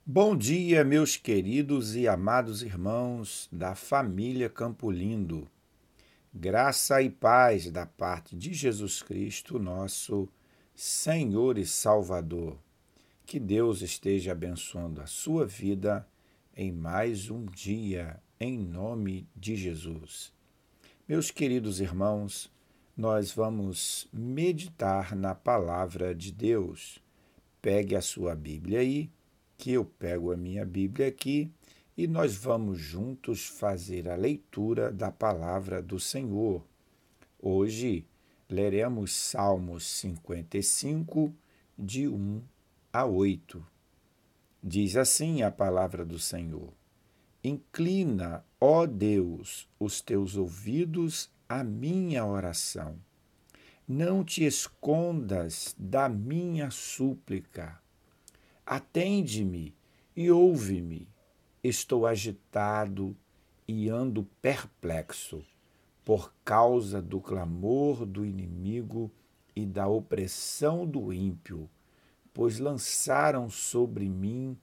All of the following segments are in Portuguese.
Bom dia, meus queridos e amados irmãos da família Campo Lindo. Graça e paz da parte de Jesus Cristo, nosso Senhor e Salvador. Que Deus esteja abençoando a sua vida em mais um dia, em nome de Jesus. Meus queridos irmãos, nós vamos meditar na palavra de Deus. Pegue a sua Bíblia aí, que eu pego a minha Bíblia aqui, e nós vamos juntos fazer a leitura da palavra do Senhor. Hoje leremos Salmos 55, de 1 a 8. Diz assim a palavra do Senhor: Inclina, ó Deus, os teus ouvidos à minha oração. Não te escondas da minha súplica. Atende-me e ouve-me. Estou agitado e ando perplexo por causa do clamor do inimigo e da opressão do ímpio, pois lançaram sobre mim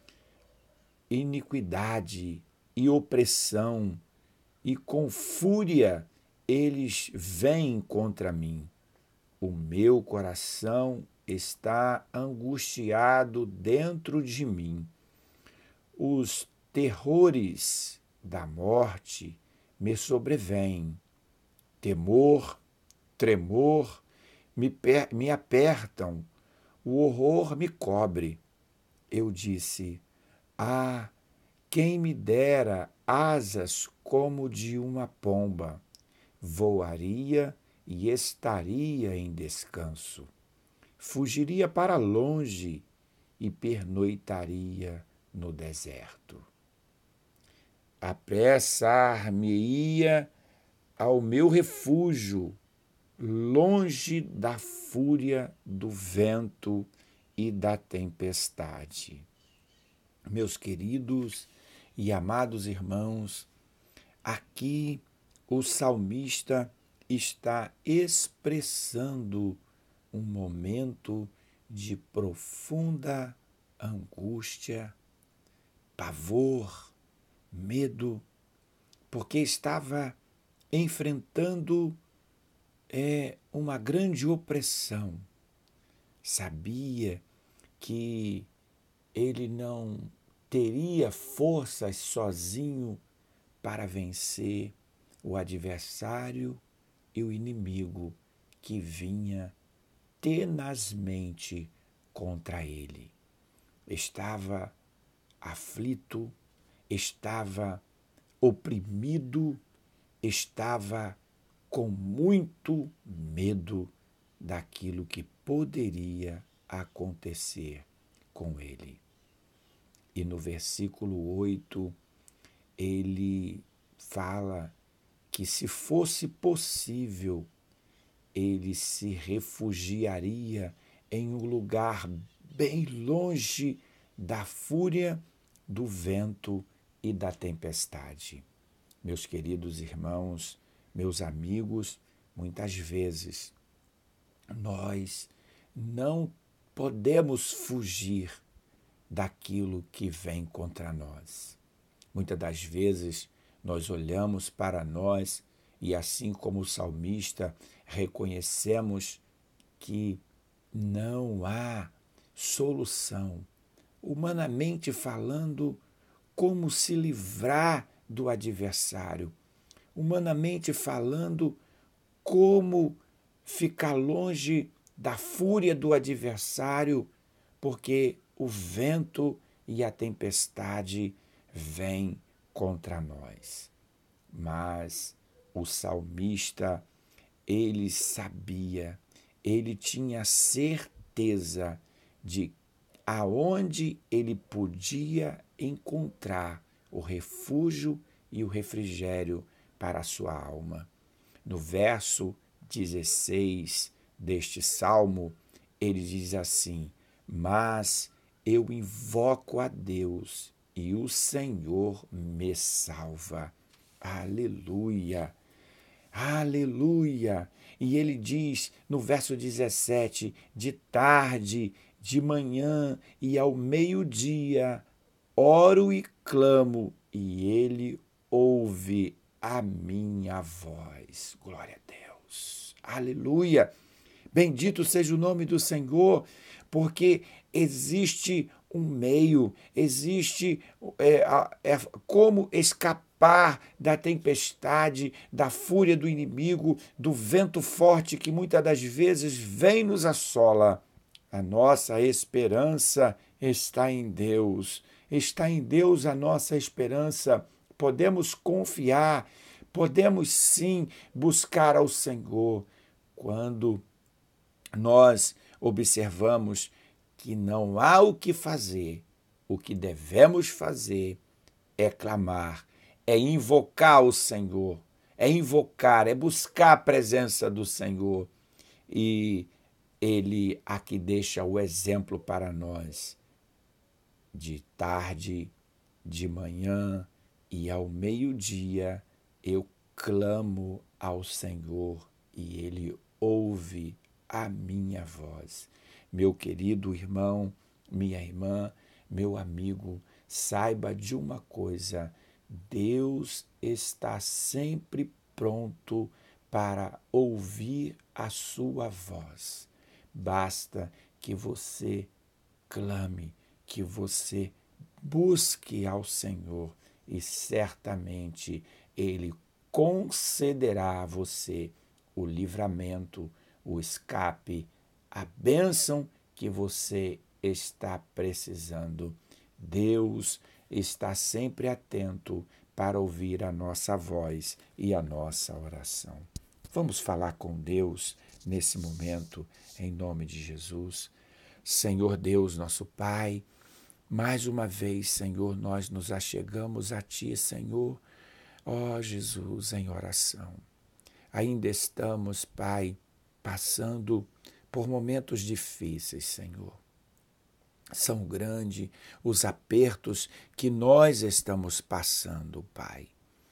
iniquidade e opressão, e com fúria eles vêm contra mim. O meu coração está angustiado dentro de mim. Os terrores da morte me sobrevêm. Temor, tremor me apertam. O horror me cobre. Eu disse: Ah, quem me dera asas como de uma pomba! Voaria e estaria em descanso. Fugiria para longe e pernoitaria no deserto. Apressar-me-ia ao meu refúgio, longe da fúria do vento e da tempestade. Meus queridos e amados irmãos, aqui o salmista está expressando um momento de profunda angústia, pavor, medo, porque estava enfrentando uma grande opressão. Sabia que ele não teria forças sozinho para vencer o adversário e o inimigo que vinha tenazmente contra ele. Estava aflito, estava oprimido, estava com muito medo daquilo que poderia acontecer com ele. E no versículo 8, ele fala que, se fosse possível, ele se refugiaria em um lugar bem longe da fúria do vento e da tempestade. Meus queridos irmãos, meus amigos, muitas vezes nós não podemos fugir daquilo que vem contra nós. Muitas das vezes nós olhamos para nós e, assim como o salmista, reconhecemos que não há solução. Humanamente falando, como se livrar do adversário? Humanamente falando, como ficar longe da fúria do adversário? Porque o vento e a tempestade vêm contra nós. Mas o salmista, ele sabia, ele tinha certeza de aonde ele podia encontrar o refúgio e o refrigério para a sua alma. No verso 16 deste salmo, ele diz assim: Mas eu invoco a Deus e o Senhor me salva. Aleluia! Aleluia! E ele diz no verso 17: De tarde, de manhã e ao meio-dia oro e clamo, e ele ouve a minha voz. Glória a Deus. Aleluia. Bendito seja o nome do Senhor, porque existe um meio, existe como escapar da tempestade, da fúria do inimigo, do vento forte que muitas das vezes vem nos assola. A nossa esperança está em Deus. Está em Deus a nossa esperança. Podemos confiar, podemos sim buscar ao Senhor quando nós observamos que não há o que fazer. O que devemos fazer é clamar, é invocar o Senhor, é invocar, é buscar a presença do Senhor. E ele aqui deixa o exemplo para nós. De tarde, de manhã e ao meio-dia eu clamo ao Senhor e ele ouve a minha voz. Meu querido irmão, minha irmã, meu amigo, saiba de uma coisa: Deus está sempre pronto para ouvir a sua voz. Basta que você clame, que você busque ao Senhor e certamente Ele concederá a você o livramento, o escape, a bênção que você está precisando. Deus está sempre atento para ouvir a nossa voz e a nossa oração. Vamos falar com Deus nesse momento, em nome de Jesus. Senhor Deus, nosso Pai, mais uma vez, Senhor, nós nos achegamos a Ti, Senhor, ó Jesus, em oração. Ainda estamos, Pai, passando por momentos difíceis, Senhor. São grandes os apertos que nós estamos passando, Pai.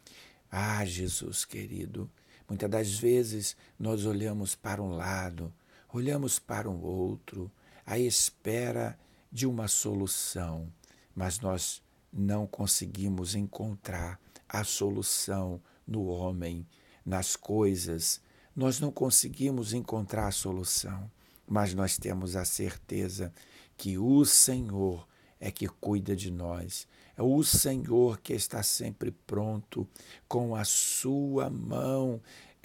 Ah, Jesus querido, muitas das vezes nós olhamos para um lado, olhamos para um outro, à espera de uma solução, mas nós não conseguimos encontrar a solução no homem, nas coisas. Nós não conseguimos encontrar a solução, mas nós temos a certeza que o Senhor é que cuida de nós. É o Senhor que está sempre pronto, com a sua mão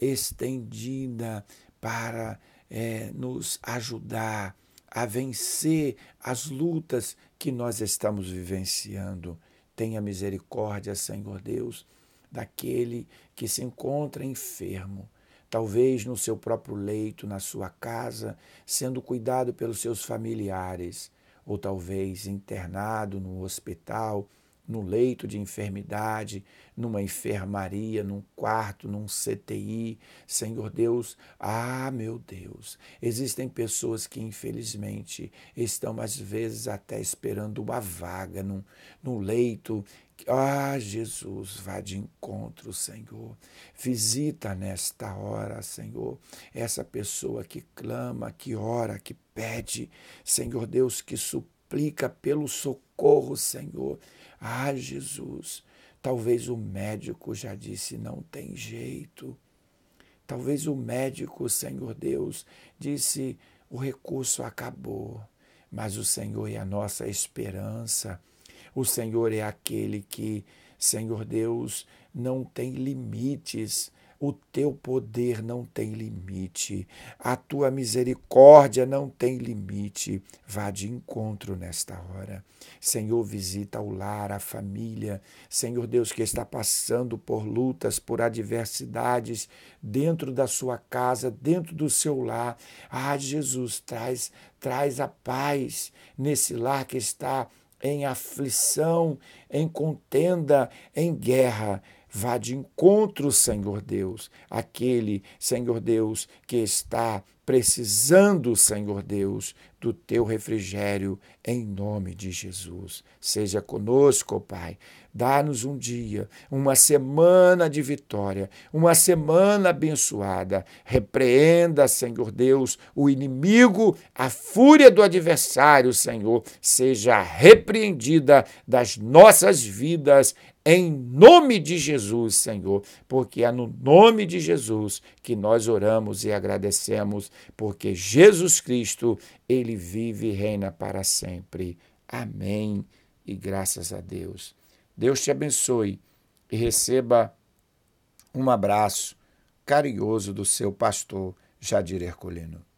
estendida para nos ajudar a vencer as lutas que nós estamos vivenciando. Tenha misericórdia, Senhor Deus, daquele que se encontra enfermo, talvez no seu próprio leito, na sua casa, sendo cuidado pelos seus familiares, ou talvez internado no hospital, no leito de enfermidade, numa enfermaria, num quarto, num CTI. Senhor Deus, meu Deus, existem pessoas que infelizmente estão às vezes até esperando uma vaga num leito. Jesus, vá de encontro, Senhor. Visita nesta hora, Senhor, essa pessoa que clama, que ora, que pede, Senhor Deus, que suplica pelo socorro, Senhor. Jesus, talvez o médico já disse não tem jeito. Talvez o médico, Senhor Deus, disse o recurso acabou. Mas o Senhor é a nossa esperança. O Senhor é aquele que, Senhor Deus, não tem limites. O teu poder não tem limite. A tua misericórdia não tem limite. Vá de encontro nesta hora. Senhor, visita o lar, a família. Senhor Deus, que está passando por lutas, por adversidades dentro da sua casa, dentro do seu lar. Jesus, traz a paz nesse lar que está em aflição, em contenda, em guerra. Vá de encontro, Senhor Deus, aquele, Senhor Deus, que está precisando, Senhor Deus, do teu refrigério, em nome de Jesus. Seja conosco, Pai. Dá-nos um dia, uma semana de vitória, uma semana abençoada. Repreenda, Senhor Deus, o inimigo, a fúria do adversário, Senhor, seja repreendida das nossas vidas, em nome de Jesus, Senhor, porque é no nome de Jesus que nós oramos e agradecemos, porque Jesus Cristo, ele vive e reina para sempre. Amém. E graças a Deus. Deus te abençoe e receba um abraço carinhoso do seu pastor Jadir Herculino.